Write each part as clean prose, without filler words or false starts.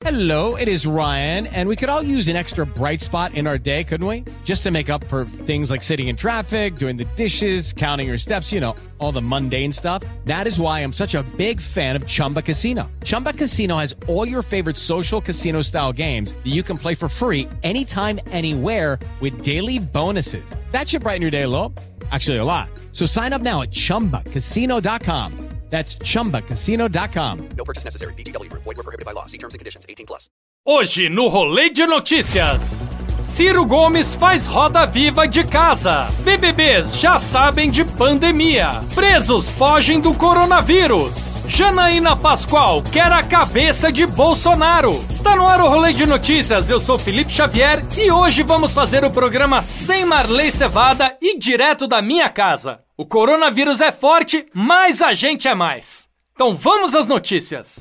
Hello, it is Ryan, and we could all use an extra bright spot in our day, couldn't we? Just to make up for things like sitting in traffic, doing the dishes, counting your steps, you know, all the mundane stuff. That is why I'm such a big fan of Chumba Casino. Chumba Casino has all your favorite social casino-style games that you can play for free anytime, anywhere with daily bonuses. That should brighten your day a little. Actually, a lot. So sign up now at ChumbaCasino.com. That's ChumbaCasino.com. No purchase necessary. VGW Group. Void where prohibited by law. See terms and conditions. 18+. Hoje, no Rolê de Notícias, Ciro Gomes faz roda viva de casa. BBBs já sabem de pandemia. Presos fogem do coronavírus. Janaína Pascoal quer a cabeça de Bolsonaro. Está no ar o Rolê de Notícias. Eu sou Felipe Xavier e hoje vamos fazer o programa sem Marley Cevada e direto da minha casa. O coronavírus é forte, mas a gente é mais. Então vamos às notícias.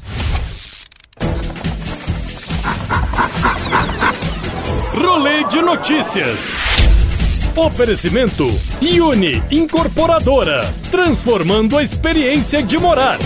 Rolê de Notícias. Oferecimento Uni Incorporadora, transformando a experiência de morar.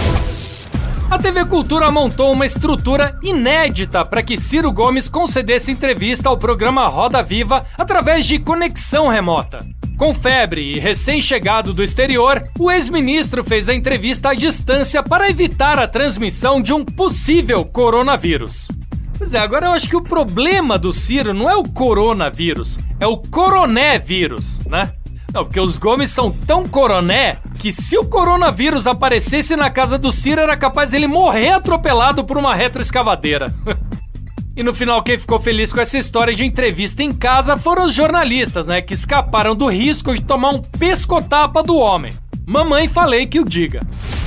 A TV Cultura montou uma estrutura inédita para que Ciro Gomes concedesse entrevista ao programa Roda Viva através de conexão remota. Com febre e recém-chegado do exterior, o ex-ministro fez a entrevista à distância para evitar a transmissão de um possível coronavírus. Pois é, agora eu acho que o problema do Ciro não é o coronavírus, é o coroné-vírus, né? Não, porque os Gomes são tão coroné que se o coronavírus aparecesse na casa do Ciro era capaz de ele morrer atropelado por uma retroescavadeira. E no final quem ficou feliz com essa história de entrevista em casa foram os jornalistas, né? Que escaparam do risco de tomar um pescotapa do homem. Mamãe falei que o diga.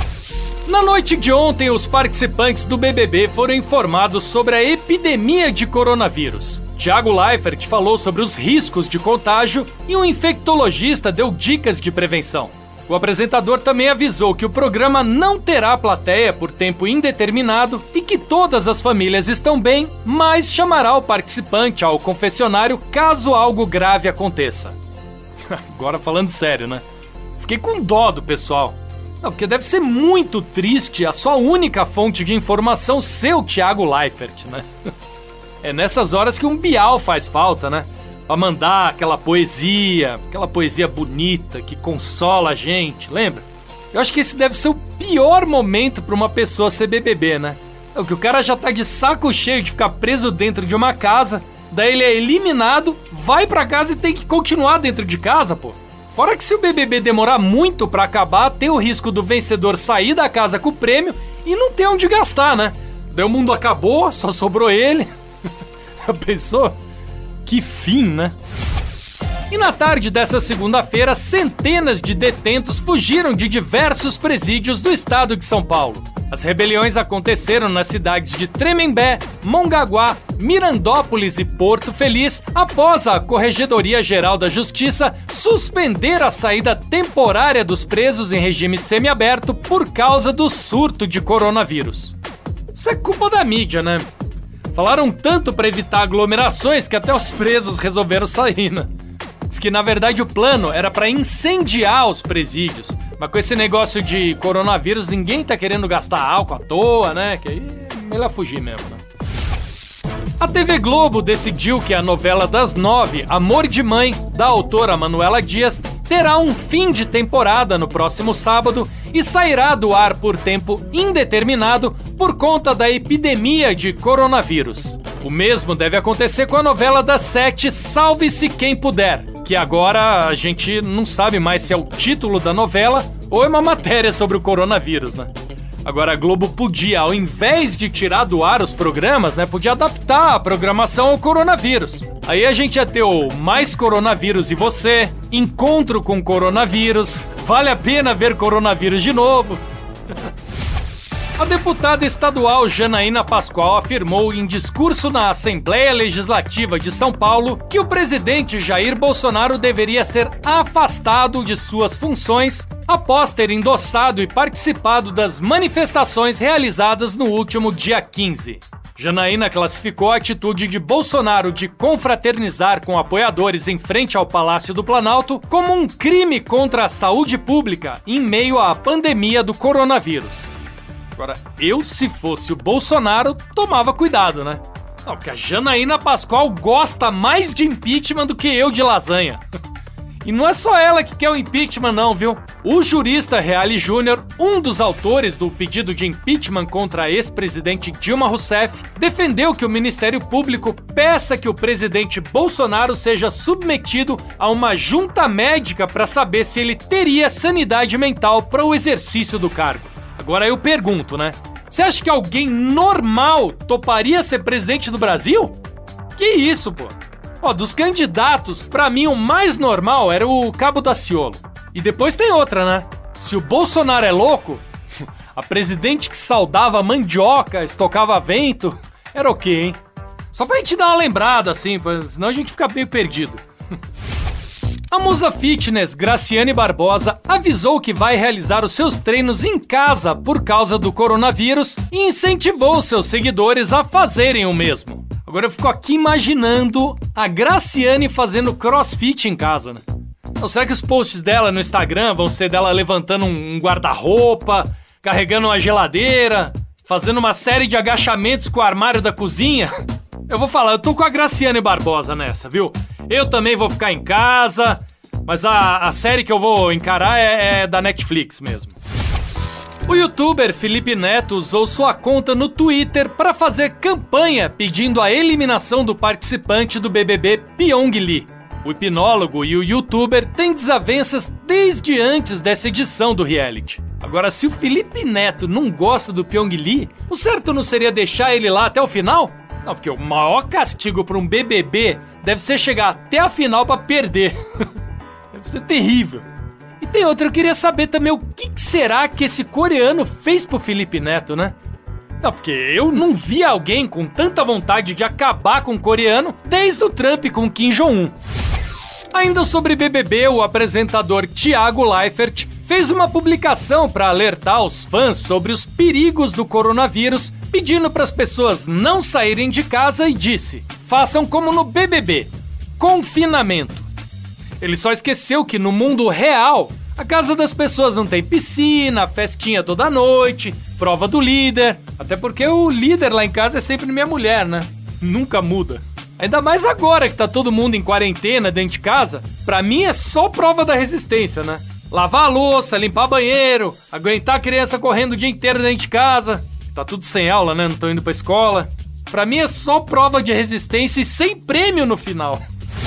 Na noite de ontem, os participantes do BBB foram informados sobre a epidemia de coronavírus. Thiago Leifert falou sobre os riscos de contágio e um infectologista deu dicas de prevenção. O apresentador também avisou que o programa não terá plateia por tempo indeterminado e que todas as famílias estão bem, mas chamará o participante ao confessionário caso algo grave aconteça. Agora falando sério, né? Fiquei com dó do pessoal. Não, porque deve ser muito triste a sua única fonte de informação ser o Thiago Leifert, né? É nessas horas que um Bial faz falta, né? Pra mandar aquela poesia bonita que consola a gente, lembra? Eu acho que esse deve ser o pior momento pra uma pessoa ser BBB, né? É que o cara já tá de saco cheio de ficar preso dentro de uma casa, daí ele é eliminado, vai pra casa e tem que continuar dentro de casa, pô. Fora que se o BBB demorar muito pra acabar, tem o risco do vencedor sair da casa com o prêmio e não ter onde gastar, né? Daí o mundo acabou, só sobrou ele. Já pensou? Que fim, né? E na tarde dessa segunda-feira, centenas de detentos fugiram de diversos presídios do estado de São Paulo. As rebeliões aconteceram nas cidades de Tremembé, Mongaguá, Mirandópolis e Porto Feliz após a Corregedoria Geral da Justiça suspender a saída temporária dos presos em regime semiaberto por causa do surto de coronavírus. Isso é culpa da mídia, né? Falaram tanto para evitar aglomerações que até os presos resolveram sair, né? Diz que na verdade o plano era para incendiar os presídios. Mas com esse negócio de coronavírus, ninguém tá querendo gastar álcool à toa, né? Que aí é melhor fugir mesmo, né? A TV Globo decidiu que a novela das 9, Amor de Mãe, da autora Manuela Dias, terá um fim de temporada no próximo sábado e sairá do ar por tempo indeterminado por conta da epidemia de coronavírus. O mesmo deve acontecer com a novela das 7, Salve-se Quem Puder, que agora a gente não sabe mais se é o título da novela ou é uma matéria sobre o coronavírus, né? Agora a Globo podia, ao invés de tirar do ar os programas, né, podia adaptar a programação ao coronavírus. Aí a gente ia ter o Mais Coronavírus e Você, Encontro com Coronavírus, Vale a Pena Ver Coronavírus de Novo. A deputada estadual Janaína Pascoal afirmou em discurso na Assembleia Legislativa de São Paulo que o presidente Jair Bolsonaro deveria ser afastado de suas funções após ter endossado e participado das manifestações realizadas no último dia 15. Janaína classificou a atitude de Bolsonaro de confraternizar com apoiadores em frente ao Palácio do Planalto como um crime contra a saúde pública em meio à pandemia do coronavírus. Agora, eu, se fosse o Bolsonaro, tomava cuidado, né? Não, porque a Janaína Pascoal gosta mais de impeachment do que eu de lasanha. E não é só ela que quer o impeachment não, viu? O jurista Reale Júnior, um dos autores do pedido de impeachment contra a ex-presidente Dilma Rousseff, defendeu que o Ministério Público peça que o presidente Bolsonaro seja submetido a uma junta médica para saber se ele teria sanidade mental para o exercício do cargo. Agora eu pergunto, né? Você acha que alguém normal toparia ser presidente do Brasil? Que isso, pô? Ó, dos candidatos, pra mim o mais normal era o Cabo Daciolo. E depois tem outra, né? Se o Bolsonaro é louco, a presidente que saudava mandioca, estocava vento, era ok, hein? Só pra gente dar uma lembrada, assim, senão a gente fica meio perdido. A musa fitness Graciane Barbosa avisou que vai realizar os seus treinos em casa por causa do coronavírus e incentivou seus seguidores a fazerem o mesmo. Agora eu fico aqui imaginando a Graciane fazendo crossfit em casa, né? Então, será que os posts dela no Instagram vão ser dela levantando um guarda-roupa, carregando uma geladeira, fazendo uma série de agachamentos com o armário da cozinha? Eu vou falar, eu tô com a Graciane Barbosa nessa, viu? Eu também vou ficar em casa, mas a série que eu vou encarar é da Netflix mesmo. O youtuber Felipe Neto usou sua conta no Twitter para fazer campanha pedindo a eliminação do participante do BBB Pyong Lee. O hipnólogo e o youtuber têm desavenças desde antes dessa edição do reality. Agora, se o Felipe Neto não gosta do Pyong Lee, o certo não seria deixar ele lá até o final? Não, porque o maior castigo para um BBB deve ser chegar até a final para perder. Deve ser terrível. E tem outra, eu queria saber também o que será que esse coreano fez pro Felipe Neto, né? Não, porque eu não vi alguém com tanta vontade de acabar com o coreano desde o Trump com Kim Jong-un. Ainda sobre BBB, o apresentador Thiago Leifert fez uma publicação para alertar os fãs sobre os perigos do coronavírus, pedindo para as pessoas não saírem de casa e disse: façam como no BBB, confinamento. Ele só esqueceu que no mundo real, a casa das pessoas não tem piscina, festinha toda noite, prova do líder. Até porque o líder lá em casa é sempre minha mulher, né? Nunca muda. Ainda mais agora que tá todo mundo em quarentena dentro de casa, pra mim é só prova da resistência, né? Lavar a louça, limpar banheiro, aguentar a criança correndo o dia inteiro dentro de casa. Tá tudo sem aula, né? Não tô indo pra escola. Pra mim é só prova de resistência e sem prêmio no final.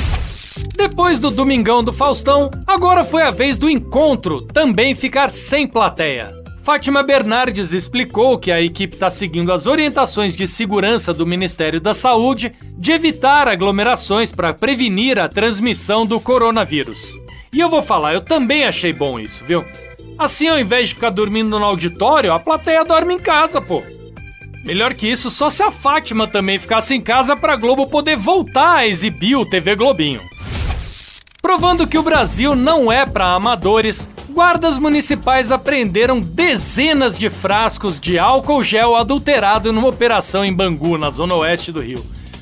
Depois do Domingão do Faustão, agora foi a vez do encontro também ficar sem plateia. Fátima Bernardes explicou que a equipe está seguindo as orientações de segurança do Ministério da Saúde de evitar aglomerações para prevenir a transmissão do coronavírus. E eu vou falar, eu também achei bom isso, viu? Assim, ao invés de ficar dormindo no auditório, a plateia dorme em casa, pô. Melhor que isso, só se a Fátima também ficasse em casa para a Globo poder voltar a exibir o TV Globinho. Provando que o Brasil não é para amadores, guardas municipais apreenderam dezenas de frascos de álcool gel adulterado numa operação em Bangu, na zona oeste do Rio.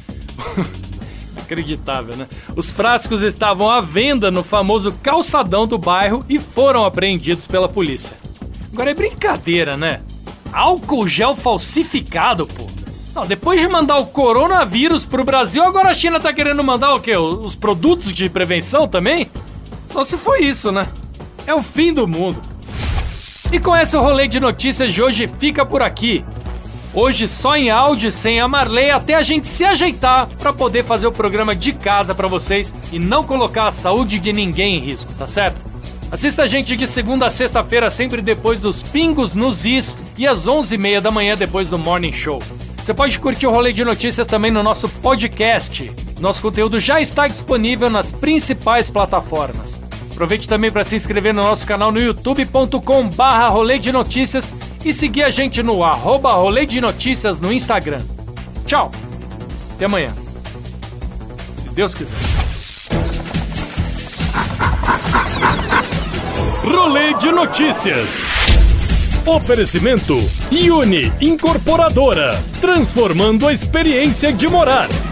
Inacreditável, né? Os frascos estavam à venda no famoso calçadão do bairro e foram apreendidos pela polícia. Agora é brincadeira, né? Álcool gel falsificado, pô. Não, depois de mandar o coronavírus pro Brasil, agora a China tá querendo mandar o quê? Os produtos de prevenção também? Só se foi isso, né? É o fim do mundo. E com esse rolê de notícias de hoje fica por aqui. Hoje só em áudio, sem a Marley, até a gente se ajeitar pra poder fazer o programa de casa pra vocês e não colocar a saúde de ninguém em risco, tá certo? Assista a gente de segunda a sexta-feira, sempre depois dos Pingos nos Is e às 11h30 da manhã depois do Morning Show. Você pode curtir o Rolê de Notícias também no nosso podcast. Nosso conteúdo já está disponível nas principais plataformas. Aproveite também para se inscrever no nosso canal no youtube.com/Rolê de Notícias e seguir a gente no @Rolê de Notícias no Instagram. Tchau! Até amanhã. Se Deus quiser. Rolê de Notícias. Oferecimento Uni Incorporadora, transformando a experiência de morar.